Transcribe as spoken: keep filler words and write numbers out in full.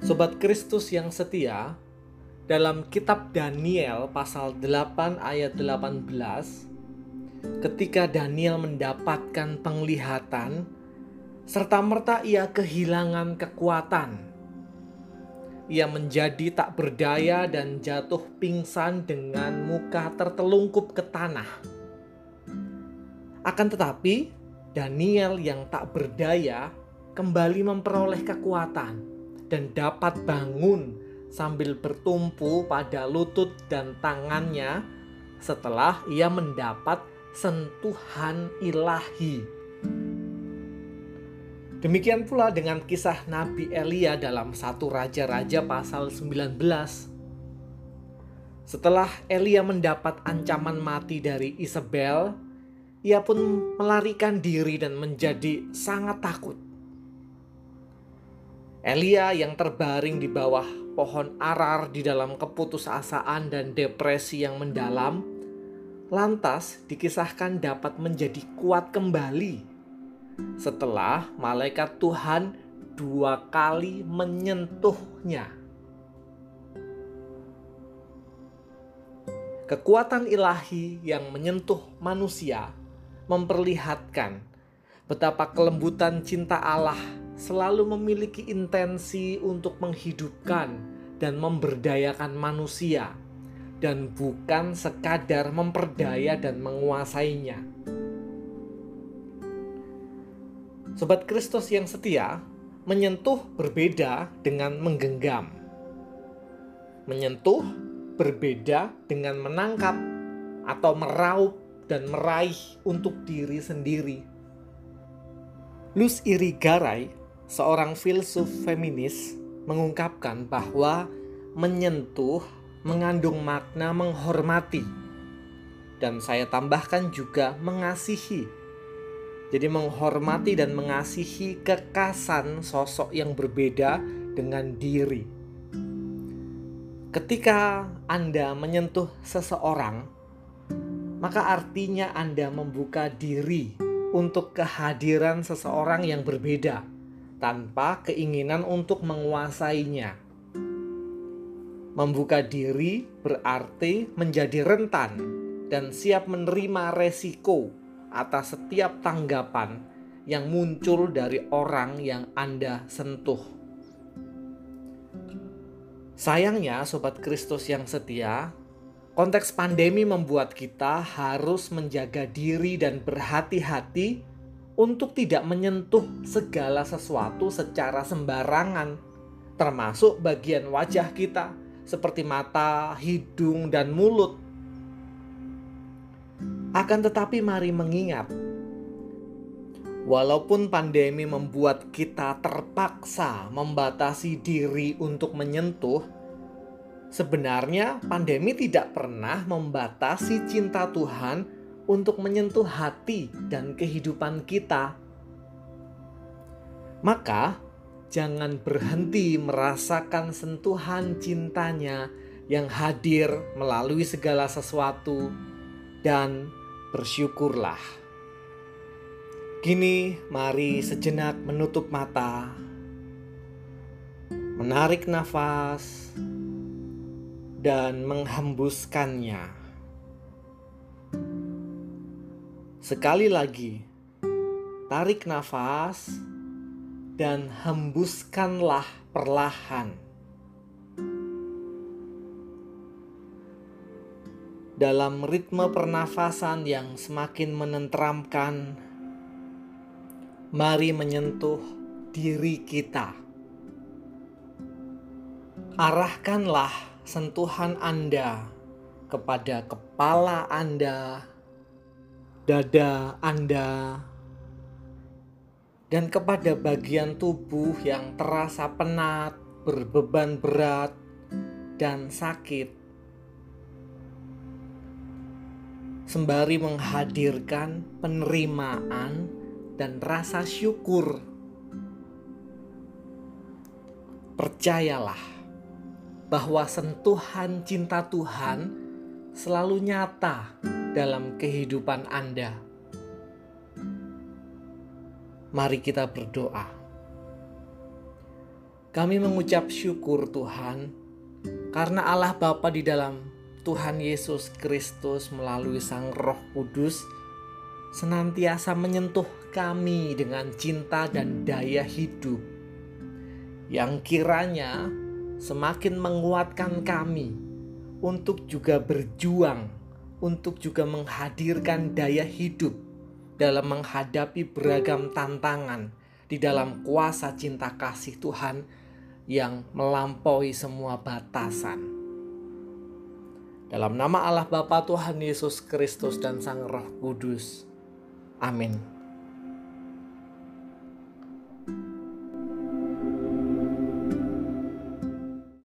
Sobat Kristus yang setia, dalam kitab Daniel pasal delapan ayat delapan belas, ketika Daniel mendapatkan penglihatan, serta-merta ia kehilangan kekuatan. Ia menjadi tak berdaya dan jatuh pingsan dengan muka tertelungkup ke tanah. Akan tetapi, Daniel yang tak berdaya kembali memperoleh kekuatan dan dapat bangun sambil bertumpu pada lutut dan tangannya setelah ia mendapat sentuhan ilahi. Demikian pula dengan kisah Nabi Elia dalam satu Raja-Raja pasal sembilan belas. Setelah Elia mendapat ancaman mati dari Isabel, ia pun melarikan diri dan menjadi sangat takut. Elia yang terbaring di bawah pohon arar di dalam keputusasaan dan depresi yang mendalam, lantas dikisahkan dapat menjadi kuat kembali setelah malaikat Tuhan dua kali menyentuhnya. Kekuatan ilahi yang menyentuh manusia memperlihatkan betapa kelembutan cinta Allah selalu memiliki intensi untuk menghidupkan dan memberdayakan manusia, dan bukan sekadar memperdaya dan menguasainya. Sobat Kristus yang setia, menyentuh berbeda dengan menggenggam. Menyentuh berbeda dengan menangkap atau meraup dan meraih untuk diri sendiri. Luz Irigaray, seorang filsuf feminis, mengungkapkan bahwa menyentuh mengandung makna menghormati, dan saya tambahkan juga mengasihi. Jadi menghormati dan mengasihi kekasan sosok yang berbeda dengan diri. Ketika Anda menyentuh seseorang, maka artinya Anda membuka diri untuk kehadiran seseorang yang berbeda, tanpa keinginan untuk menguasainya. Membuka diri berarti menjadi rentan dan siap menerima resiko atas setiap tanggapan yang muncul dari orang yang Anda sentuh. Sayangnya, Sobat Kristus yang setia, konteks pandemi membuat kita harus menjaga diri dan berhati-hati untuk tidak menyentuh segala sesuatu secara sembarangan, termasuk bagian wajah kita seperti mata, hidung, dan mulut. Akan tetapi mari mengingat, walaupun pandemi membuat kita terpaksa membatasi diri untuk menyentuh, sebenarnya pandemi tidak pernah membatasi cinta Tuhan untuk menyentuh hati dan kehidupan kita. Maka, jangan berhenti merasakan sentuhan cintanya yang hadir melalui segala sesuatu, dan bersyukurlah. Kini mari sejenak menutup mata, menarik nafas, dan menghembuskannya. Sekali lagi, tarik nafas dan hembuskanlah perlahan. Dalam ritme pernafasan yang semakin menenteramkan, mari menyentuh diri kita. Arahkanlah sentuhan Anda kepada kepala Anda, dada Anda, dan kepada bagian tubuh yang terasa penat, berbeban berat, dan sakit. Sembari menghadirkan penerimaan dan rasa syukur. Percayalah bahwa sentuhan cinta Tuhan selalu nyata dalam kehidupan Anda. Mari kita berdoa. Kami mengucap syukur Tuhan, karena Allah Bapa di dalam Tuhan Yesus Kristus melalui Sang Roh Kudus senantiasa menyentuh kami dengan cinta dan daya hidup yang kiranya semakin menguatkan kami untuk juga berjuang, untuk juga menghadirkan daya hidup dalam menghadapi beragam tantangan di dalam kuasa cinta kasih Tuhan yang melampaui semua batasan. Dalam nama Allah Bapa, Tuhan Yesus Kristus dan Sang Roh Kudus. Amin.